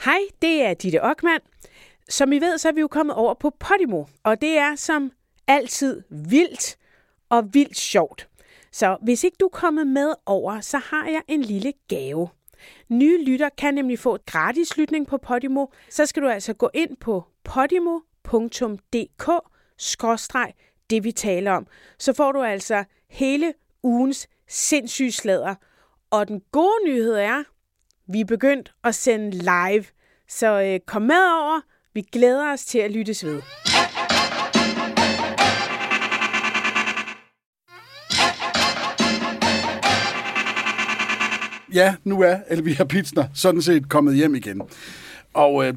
Hej, det er Ditte Okman. Som I ved, så er vi jo kommet over på Podimo, og det er som altid vildt og vildt sjovt. Så hvis ikke du er kommet med over, så har jeg en lille gave. Nye lytter kan nemlig få et gratis lytning på Podimo. Så skal du altså gå ind på podimo.dk/det vi taler om. Så får du altså hele ugens sindssyge sladder. Og den gode nyhed er, vi er begyndt at sende live. Så kom med over. Vi glæder os til at lyttes ved. Ja, nu er Elvira Pitsner sådan set kommet hjem igen. Og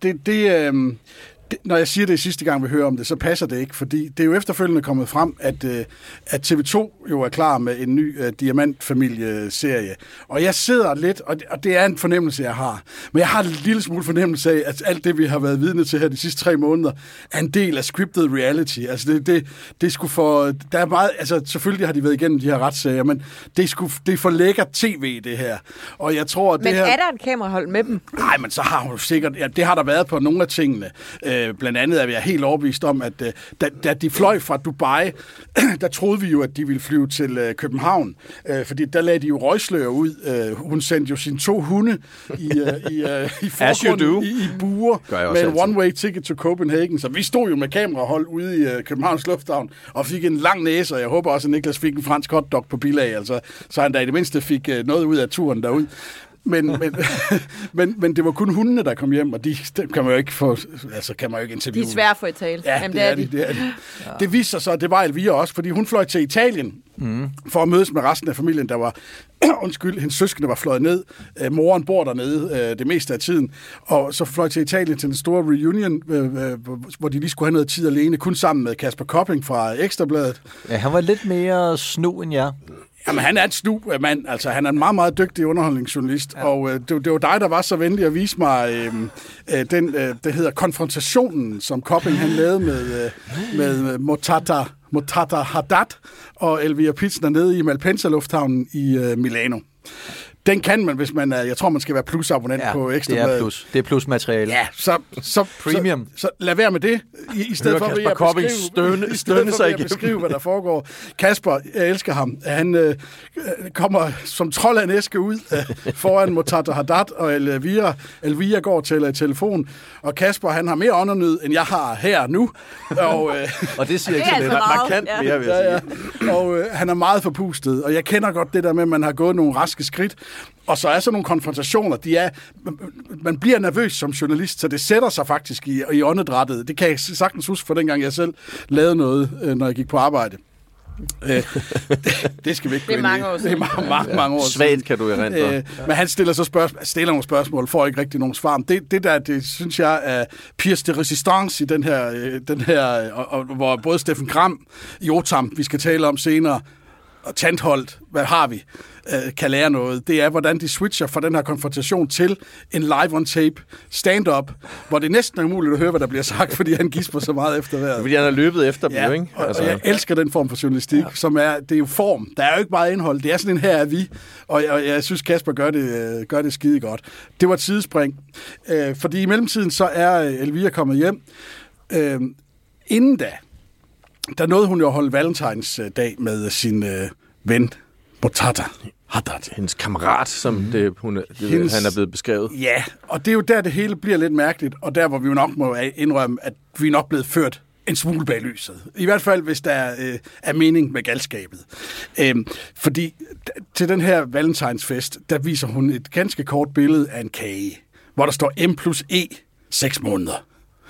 når jeg siger det sidste gang, vi hører om det, så passer det ikke, fordi det er jo efterfølgende kommet frem, at TV2 jo er klar med en ny Diamant-familieserie. Og jeg sidder lidt, og det er en fornemmelse, jeg har. Men jeg har en lille smule fornemmelse af, at alt det, vi har været vidne til her de sidste 3 måneder, er en del af scripted reality. Altså det skulle for... Der er meget... Altså selvfølgelig har de været igennem de her retssager, men det er for lækkert tv, det her. Og jeg tror, at men det her... er der et kamerahold med dem? Nej, men så har hun sikkert... Ja, det har der været på nogle af tingene. Blandt andet er vi helt overbevist om, at da de fløj fra Dubai, der troede vi jo, at de ville flyve til København. Fordi der lagde de jo røgslør ud. Hun sendte jo sine 2 hunde i forgrunden i buer med en one-way ticket to Copenhagen. Så vi stod jo med kamerahold ude i Københavns Lufthavn og fik en lang næse, og jeg håber også, at Niklas fik en fransk hotdog på bilag. Altså, så han da i det mindste fik noget ud af turen derud. Men det var kun hundene, der kom hjem, og de kan man jo ikke få, altså kan man jo ikke interviewe. De er svære for at tale. Ja, jamen, det er de. Ja. Det viste sig så, at det var Elvira også, fordi hun fløj til Italien for at mødes med resten af familien, der var, hendes søskende var fløjet ned. Moren bor dernede det meste af tiden, og så fløj til Italien til en stor reunion, hvor de lige skulle have noget tid alene, kun sammen med Kasper Kopping fra Ekstrabladet. Ja, han var lidt mere snu end jer. Jamen, han er et snu mand. Altså, han er en meget, meget dygtig underholdningsjournalist. Ja. Og det var dig, der var så venlig at vise mig det hedder Konfrontationen, som Kopping han lavede med Motata Haddad og Elvira Pitsner nede i Malpensa-lufthavnen i Milano. Den kan man, hvis man er... Jeg tror, man skal være plusabonnent på Ekstrabladet. Det er plus. Det er plusmateriale. Ja, så premium. Så lad være med det. I stedet for at beskrive, hvad der foregår. Kasper, jeg elsker ham. Han kommer som trold af en æske ud foran Motata Haddad, og Elvira går til telefon. Og Kasper, han har mere åndernød, end jeg har her nu. Og det siger ikke så lidt. Markant mere, vil jeg sige. Og han er meget forpustet. Og jeg kender godt det der med, at man har gået nogle raske skridt. Og så er sådan nogle konfrontationer, man bliver nervøs som journalist, så det sætter sig faktisk i åndedrættet. Det kan jeg sagtens huske fra dengang, jeg selv lavede noget, når jeg gik på arbejde. Det skal vi ikke gå ind i. Det er mange år siden. Det er mange år siden. Svagt kan du erindre. Men han stiller nogle spørgsmål, får ikke rigtig nogen svar. Det synes jeg er pièce de résistance i den her og hvor både Steffen Gram, Jotam, vi skal tale om senere, og Tantholdt, hvad har vi, kan lære noget. Det er, hvordan de switcher fra den her konfrontation til en live-on-tape stand-up, hvor det næsten er umuligt at høre, hvad der bliver sagt, fordi han gisper så meget efter vejret. Fordi han har løbet efter dem, ikke? Altså. Og jeg elsker den form for journalistik, det er jo form. Der er jo ikke meget indhold. Det er sådan en her er vi, og jeg synes, Kasper gør det skide godt. Det var et sidespring. Fordi i mellemtiden, så er Elvira kommet hjem. Inden da, der nåede hun jo at holde Valentinsdag med sin ven, Motata Haddad. Hendes kammerat, som han er blevet beskrevet. Ja, og det er jo der, det hele bliver lidt mærkeligt, og der, hvor vi jo nok må indrømme, at vi er nok blevet ført en smule bag lyset. I hvert fald, hvis der er mening med galskabet. Fordi til den her Valentinsfest, der viser hun et ganske kort billede af en kage, hvor der står M+E 6 måneder.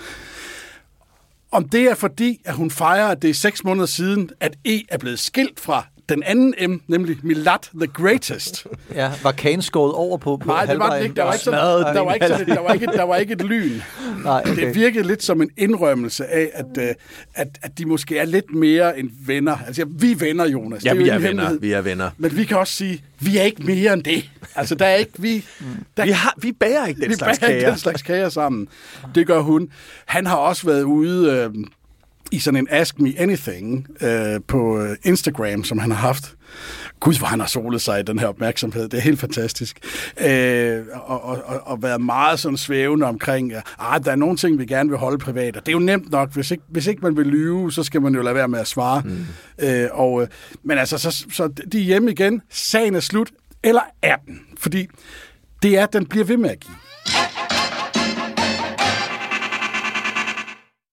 Om det er fordi, at hun fejrer, at det er 6 måneder siden, at E er blevet skilt fra den anden M, nemlig Milad the Greatest. Ja, var kagen skåret over på nej, det var den ikke. Der var ikke et lyn. Nej, okay. Det virkede lidt som en indrømmelse af, at de måske er lidt mere end venner. Altså, vi er venner, Jonas. Ja, det er vi er venner. Men vi kan også sige, vi er ikke mere end det. Altså, der er ikke... Vi bærer ikke den slags kager. Vi bærer den slags kager sammen. Det gør hun. Han har også været ude... i sådan en Ask Me Anything på Instagram, som han har haft, Gud, hvor han har solet sig i den her opmærksomhed. Det er helt fantastisk. Og været meget sådan svævende omkring, der er nogle ting, vi gerne vil holde privat. Og det er jo nemt nok. Hvis ikke man vil lyve, så skal man jo lade være med at svare. Men altså, så de er hjemme igen. Sagen er slut. Eller er den? Fordi den bliver ved med at give.